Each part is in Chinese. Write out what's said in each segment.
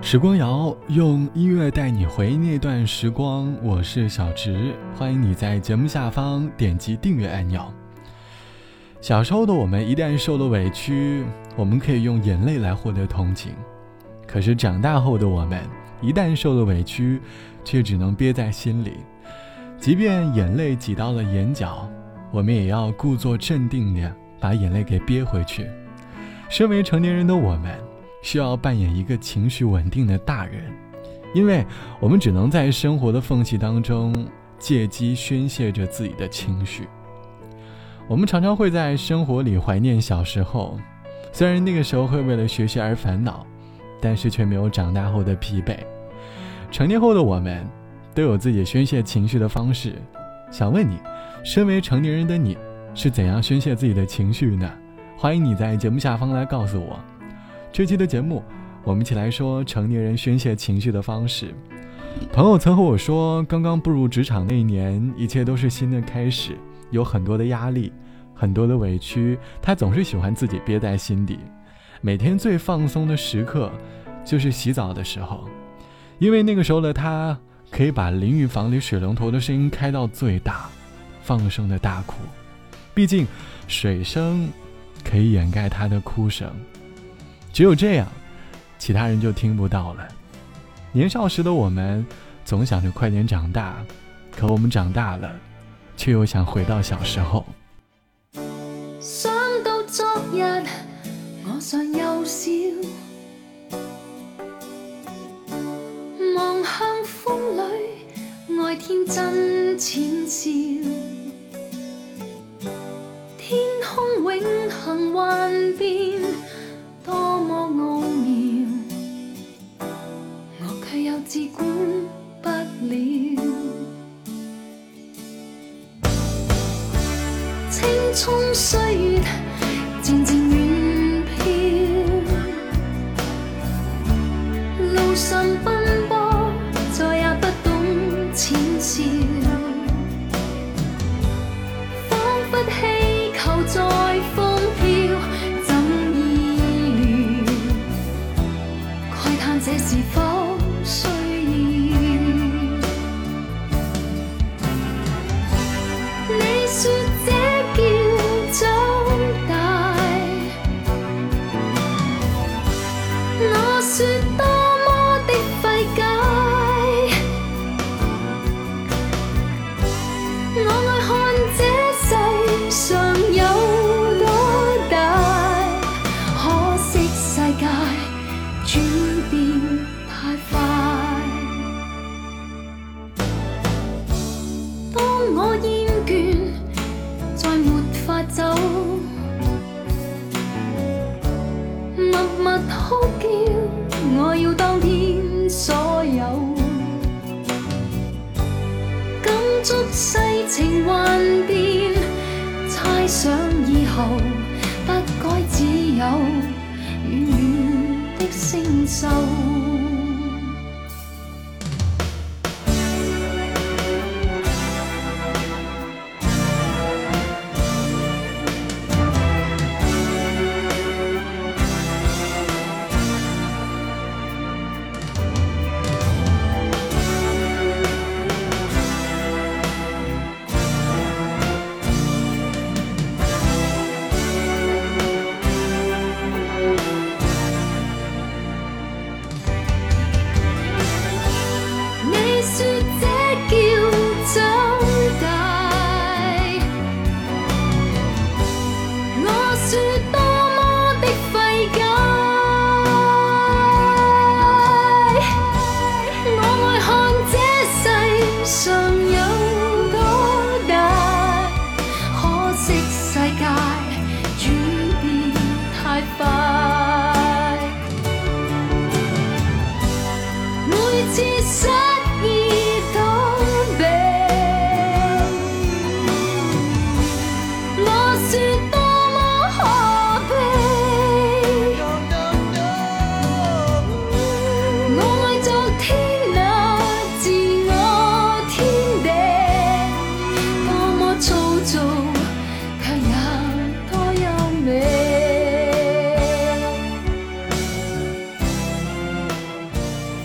时光谣用音乐带你回忆那段时光，我是小直，欢迎你在节目下方点击订阅按钮。小时候的我们一旦受了委屈，我们可以用眼泪来获得同情，可是长大后的我们一旦受了委屈，却只能憋在心里，即便眼泪挤到了眼角，我们也要故作镇定地把眼泪给憋回去。身为成年人的我们需要扮演一个情绪稳定的大人，因为我们只能在生活的缝隙当中借机宣泄着自己的情绪。我们常常会在生活里怀念小时候，虽然那个时候会为了学习而烦恼，但是却没有长大后的疲惫。成年后的我们都有自己宣泄情绪的方式，想问你，身为成年人的你是怎样宣泄自己的情绪呢？欢迎你在节目下方来告诉我。这期的节目我们一起来说成年人宣泄情绪的方式。朋友曾和我说，刚刚步入职场那一年，一切都是新的开始，有很多的压力，很多的委屈，他总是喜欢自己憋在心底。每天最放松的时刻就是洗澡的时候，因为那个时候的他可以把淋浴房里水龙头的声音开到最大，放声的大哭，毕竟水声可以掩盖他的哭声，只有这样其他人就听不到了。年少时的我们总想着快点长大，可我们长大了却又想回到小时候。 想到昨日我尚幼小，望向風裏愛天真淺笑，天空永恆幻變，多麼奧妙，我卻又自管不了。青蔥歲月漸漸遠飄，路上奔波再也不懂淺笑，彷彿氣球在風飄，怎意料慨嘆這是否需要？你說這叫長大，我說多麼的費解，我愛看這世上有多大，可惜世界轉變太快。當我厭倦再沒法走，默默哭叫我要當天所有，感觸世情幻變，猜想以後不該只有遠遠的星宿。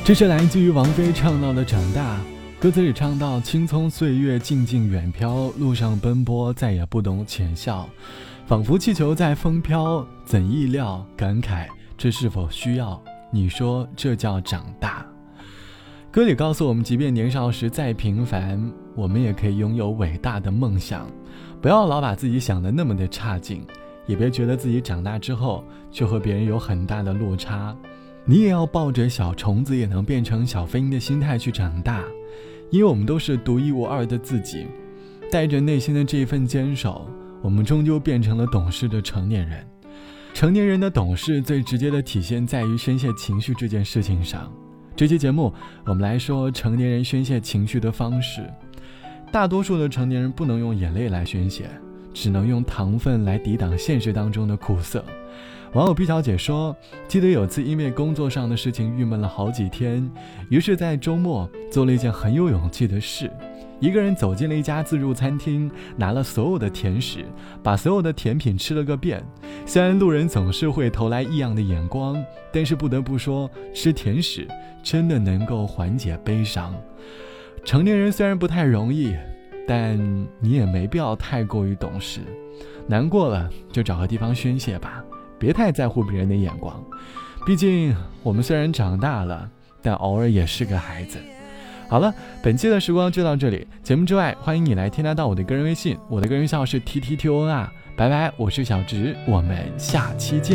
这是来自于王菲唱到的《长大》，歌词里唱到青葱岁月静静远飘，路上奔波再也不懂浅笑，仿佛气球在风飘，怎意料感慨这是否需要，你说这叫长大。歌里告诉我们，即便年少时再平凡，我们也可以拥有伟大的梦想，不要老把自己想得那么的差劲，也别觉得自己长大之后却和别人有很大的落差。你也要抱着小虫子也能变成小飞鹰的心态去长大，因为我们都是独一无二的自己，带着内心的这一份坚守，我们终究变成了懂事的成年人。成年人的懂事最直接的体现在于宣泄情绪这件事情上。这期节目我们来说成年人宣泄情绪的方式。大多数的成年人不能用眼泪来宣泄，只能用糖分来抵挡现实当中的苦涩。网友 B 小姐说，记得有次因为工作上的事情郁闷了好几天，于是在周末做了一件很有勇气的事，一个人走进了一家自助餐厅，拿了所有的甜食，把所有的甜品吃了个遍。虽然路人总是会投来异样的眼光，但是不得不说，吃甜食真的能够缓解悲伤。成年人虽然不太容易，但你也没必要太过于懂事，难过了就找个地方宣泄吧，别太在乎别人的眼光，毕竟我们虽然长大了，但偶尔也是个孩子。好了，本期的时光就到这里，节目之外欢迎你来添加到我的个人微信，我的个人号是 TTTON，拜拜，我是小直，我们下期见。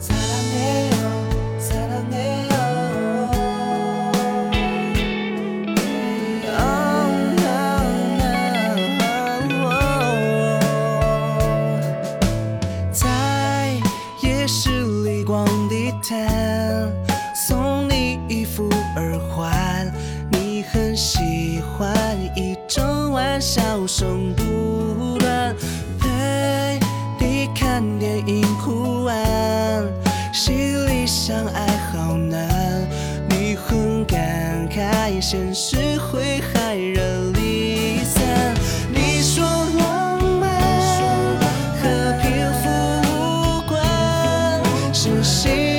送你一副耳环，你很喜欢，一整晚笑声不断，陪你看电影哭完，心里想爱好难，你很感慨，现实会害人离散。你说浪漫和贫富无关，是心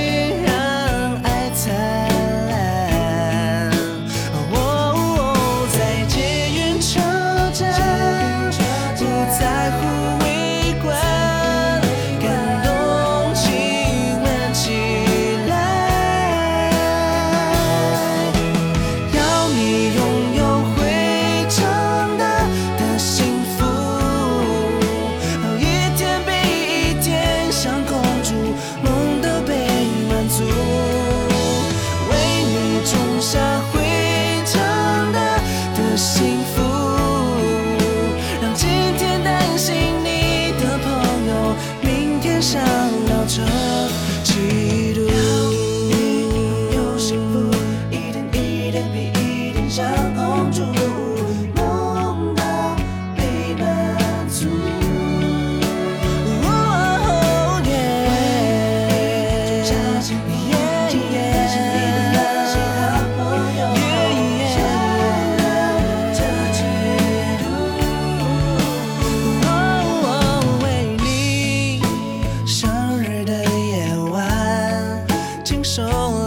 手